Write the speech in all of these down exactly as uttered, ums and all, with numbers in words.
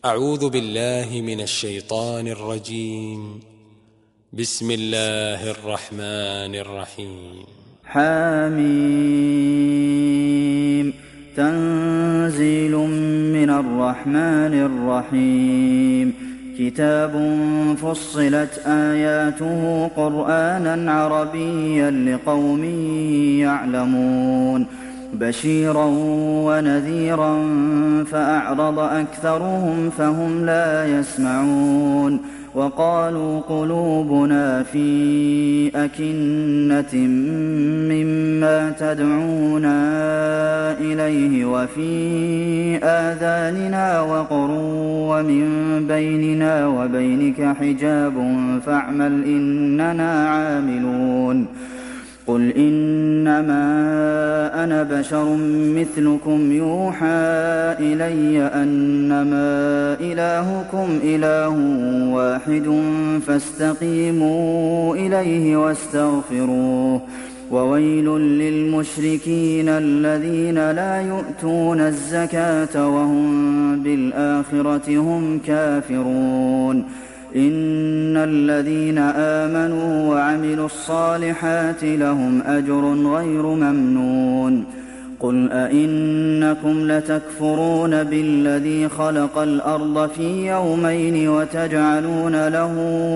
أعوذ بالله من الشيطان الرجيم. بسم الله الرحمن الرحيم. حميم تنزيل من الرحمن الرحيم كتاب فصلت آياته قرآنا عربيا لقوم يعلمون بشيرا ونذيرا فأعرض أكثرهم فهم لا يسمعون وقالوا قلوبنا في أكنة مما تدعونا إليه وفي آذاننا وقر ومن بيننا وبينك حجاب فاعمل إننا عاملون قل إنما أنا بشر مثلكم يوحى إلي أنما إلهكم إله واحد فاستقيموا إليه واستغفروه وويل للمشركين الذين لا يؤتون الزكاة وهم بالآخرة هم كافرون إن الذين آمنوا وعملوا الصالحات لهم أجر غير ممنون قل أئنكم لتكفرون بالذي خلق الأرض في يومين وتجعلون له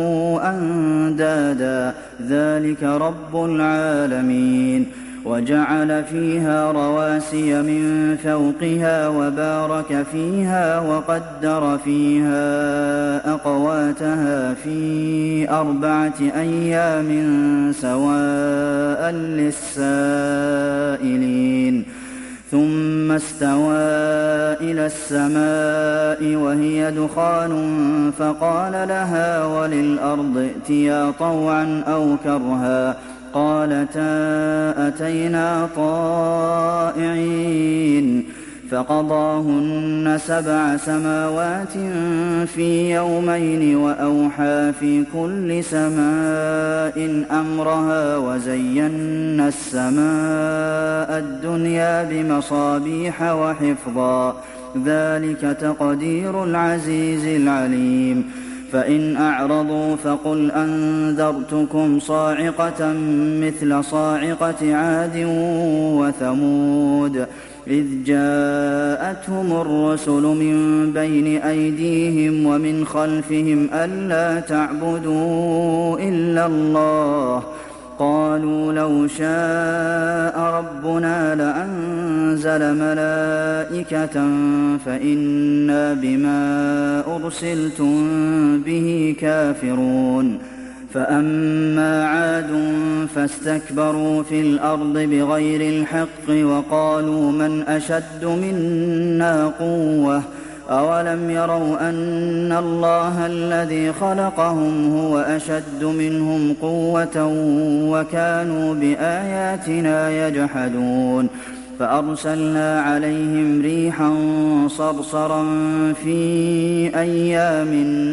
أندادا ذلك رب العالمين وجعل فيها رواسي من فوقها وبارك فيها وقدر فيها أقواتها في أربعة أيام سواء للسائلين ثم استوى إلى السماء وهي دخان فقال لها وللأرض ائتيا طوعا أو كرها قالتا أتينا طائعين فقضاهن سبع سماوات في يومين وأوحى في كل سماء أمرها وزينا السماء الدنيا بمصابيح وحفظا ذلك تقدير العزيز العليم فإن أعرضوا فقل أنذرتكم صاعقة مثل صاعقة عاد وثمود إذ جاءتهم الرسل من بين أيديهم ومن خلفهم ألا تعبدوا إلا الله قالوا لو شاء ربنا لأنزل ملائكة فإنا بما أرسلتم به كافرون فأما عاد فاستكبروا في الأرض بغير الحق وقالوا من أشد منا قوة أولم يروا أن الله الذي خلقهم هو أشد منهم قوة وكانوا بآياتنا يجحدون فأرسلنا عليهم ريحا صرصرا في أيام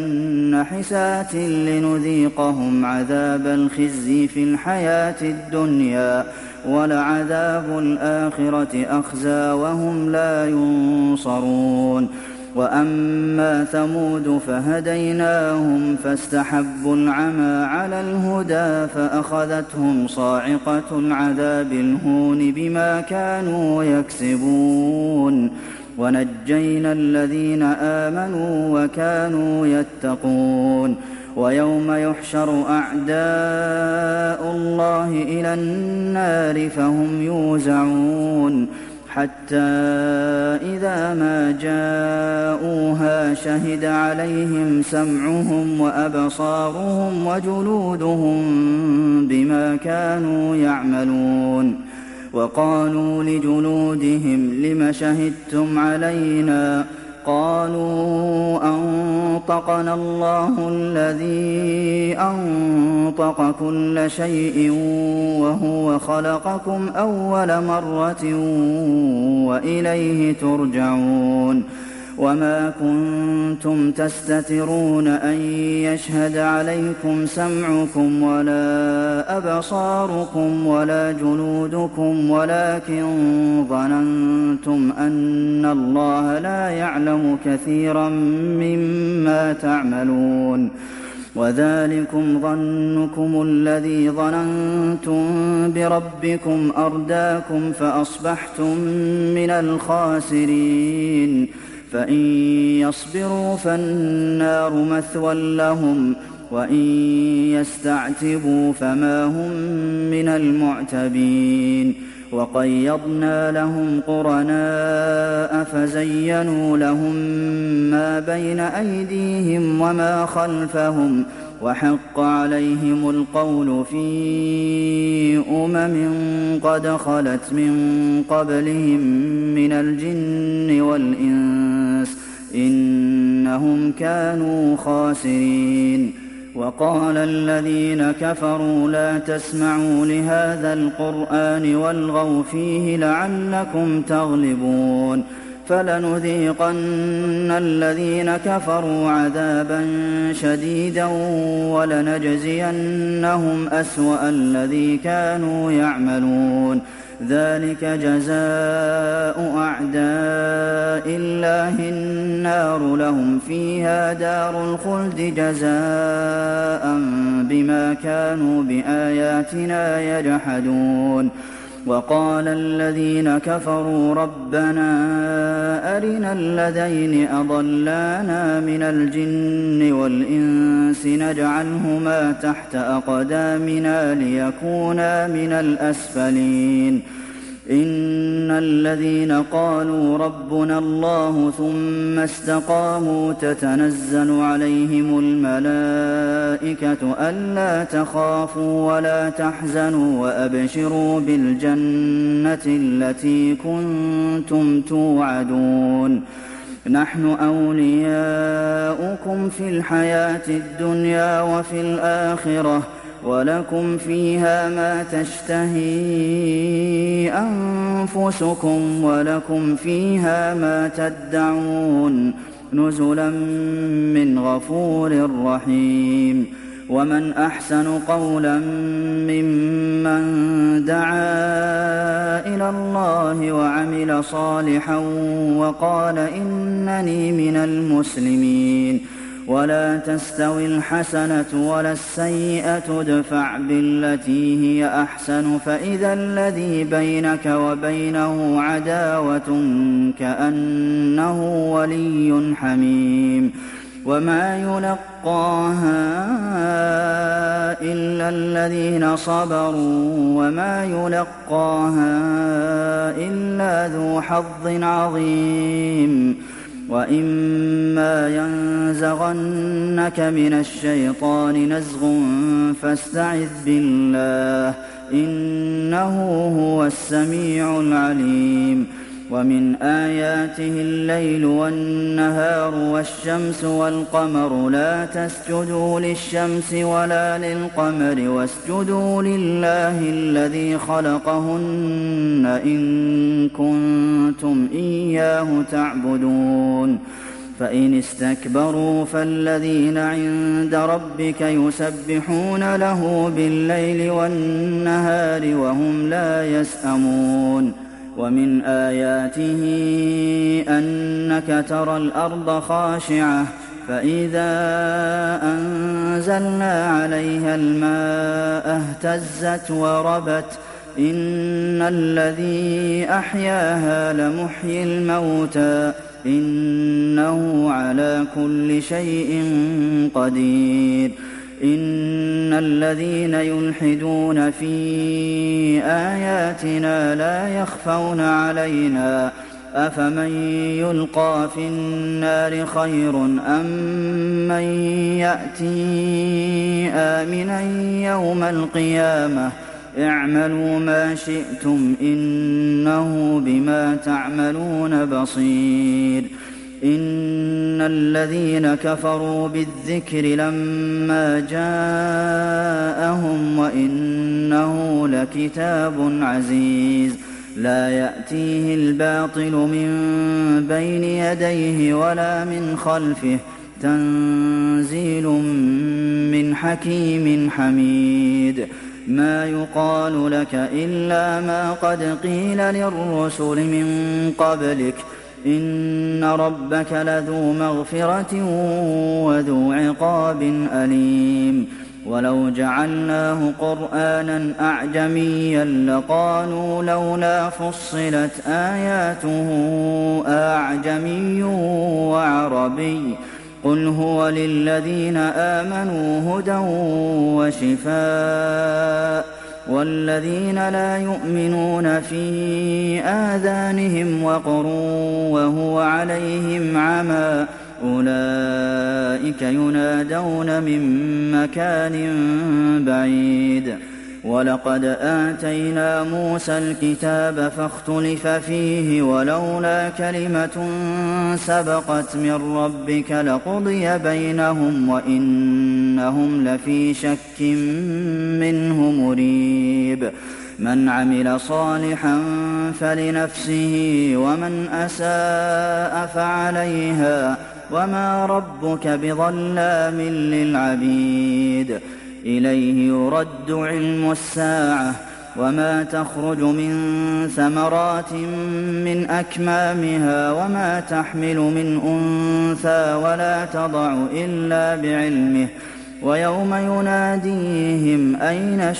نحسات لنذيقهم عذاب الخزي في الحياة الدنيا ولعذاب الآخرة أخزى وهم لا ينصرون وأما ثمود فهديناهم فاستحبوا العمى على الهدى فأخذتهم صاعقة العذاب الهون بما كانوا يكسبون ونجينا الذين آمنوا وكانوا يتقون ويوم يحشر أعداء الله إلى النار فهم يوزعون حتى إذا ما جاءوها شهد عليهم سمعهم وأبصارهم وجلودهم بما كانوا يعملون وقالوا لجلودهم لم شهدتم علينا قالوا أنطقنا الله الذي أنطق كل شيء وهو خلقكم أول مرة وإليه ترجعون وما كنتم تستترون أن يشهد عليكم سمعكم ولا أبصاركم ولا جلودكم ولكن ظننتم أن الله لا يعلم كثيرا مما تعملون وذلكم ظنكم الذي ظننتم بربكم أرداكم فأصبحتم من الخاسرين فإن يصبروا فالنار مثوى لهم وإن يستعتبوا فما هم من المعتبين وقيضنا لهم قرناء فزينوا لهم ما بين أيديهم وما خلفهم وحق عليهم القول في أمم قد خلت من قبلهم من الجن والإنس إنهم كانوا خاسرين وقال الذين كفروا لا تسمعوا لهذا القرآن والغوا فيه لعلكم تغلبون فلنذيقن الذين كفروا عذابا شديدا ولنجزينهم أسوأ الذي كانوا يعملون ذلك جزاء أعداء الله النار لهم فيها دار الخلد جزاء بما كانوا بآياتنا يجحدون وقال الذين كفروا ربنا أرنا الذين أضلانا من الجن والإنس نجعلهما تحت أقدامنا ليكونا من الأسفلين إن الذين قالوا ربنا الله ثم استقاموا تتنزل عليهم الملائكة ألا تخافوا ولا تحزنوا وأبشروا بالجنة التي كنتم توعدون نحن أولياؤكم في الحياة الدنيا وفي الآخرة ولكم فيها ما تشتهي أنفسكم ولكم فيها ما تدعون نزلا من غفور رحيم ومن أحسن قولا ممن دعا إلى الله وعمل صالحا وقال إنني من المسلمين ولا تستوي الحسنة ولا السيئة ادفع بالتي هي أحسن فإذا الذي بينك وبينه عداوة كأنه ولي حميم وما يلقاها إلا الذين صبروا وما يلقاها إلا ذو حظ عظيم وإما ينزغنك من الشيطان نزغ فاستعذ بالله إنه هو السميع العليم ومن آياته الليل والنهار والشمس والقمر لا تسجدوا للشمس ولا للقمر واسجدوا لله الذي خلقهن إن كنتم إياه تعبدون فإن استكبروا فالذين عند ربك يسبحون له بالليل والنهار وهم لا يسأمون ومن آياته أنك ترى الأرض خاشعة فإذا أنزلنا عليها الماء اهتزت وربت إن الذي أحياها لمحيي الموتى إنه على كل شيء قدير إن الذين يلحدون في آياتنا لا يخفون علينا أفمن يلقى في النار خير أم من يأتي آمنا يوم القيامة اعملوا ما شئتم إنه بما تعملون بصير إن الذين كفروا بالذكر لما جاءهم وإنه لكتاب عزيز لا يأتيه الباطل من بين يديه ولا من خلفه تنزيل من حكيم حميد ما يقال لك إلا ما قد قيل للرسل من قبلك إن ربك لذو مغفرة وذو عقاب أليم ولو جعلناه قرآنا أعجميا لقالوا لولا فصلت آياته أعجمي وعربي قل هو للذين آمنوا هدى وشفاء والذين لا يؤمنون في آذانهم وقر وهو عليهم عمى أولئك ينادون من مكان بعيد ولقد آتينا موسى الكتاب فاختلف فيه ولولا كلمة سبقت من ربك لقضي بينهم وإنهم لفي شك منه مريب من عمل صالحا فلنفسه ومن أساء فعليها وما ربك بظلام للعبيد إليه يرد علم الساعة وما تخرج من ثمرات من أكمامها وما تحمل من أنثى ولا تضع إلا بعلمه ويوم يناديهم أين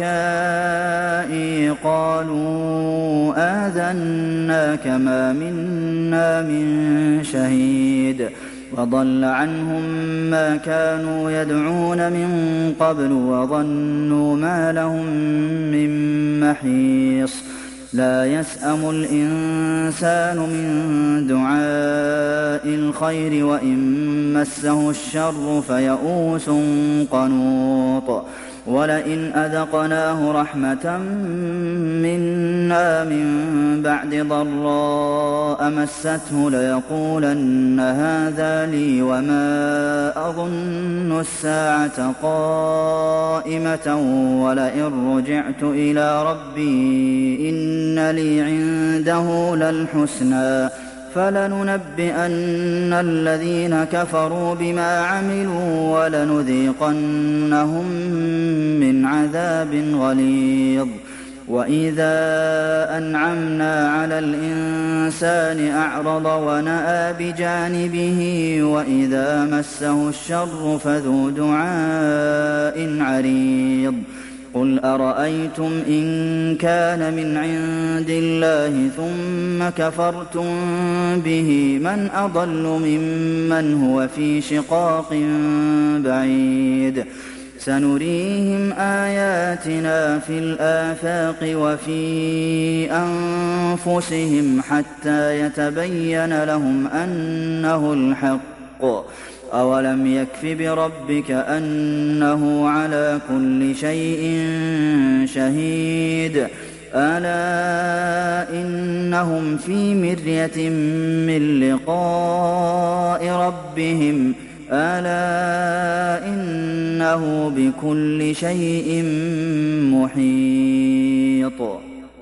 شركائي قالوا آذناك ما منا من شهيد وضل عنهم ما كانوا يدعون من قبل وظنوا ما لهم من محيص لا يسأم الإنسان من دعاء الخير وإن مسه الشر فيئوس قنوط ولئن أذقناه رحمة منا من بعد ضراء مسته ليقولن هذا لي وما أظن الساعة قائمة ولئن رجعت إلى ربي إن لي عنده للحسنى فلننبئن الذين كفروا بما عملوا ولنذيقنهم من عذاب غليظ وإذا أنعمنا على الإنسان أعرض ونأى بجانبه وإذا مسه الشر فذو دعاء عريض قل أرأيتم إن كان من عند الله ثم كفرتم به من أضل ممن هو في شقاق بعيد سنريهم آياتنا في الآفاق وفي أنفسهم حتى يتبين لهم أنه الحق أولم يكف بربك أنه على كل شيء شهيد ألا إنهم في مرية من لقاء ربهم ألا إنه بكل شيء محيط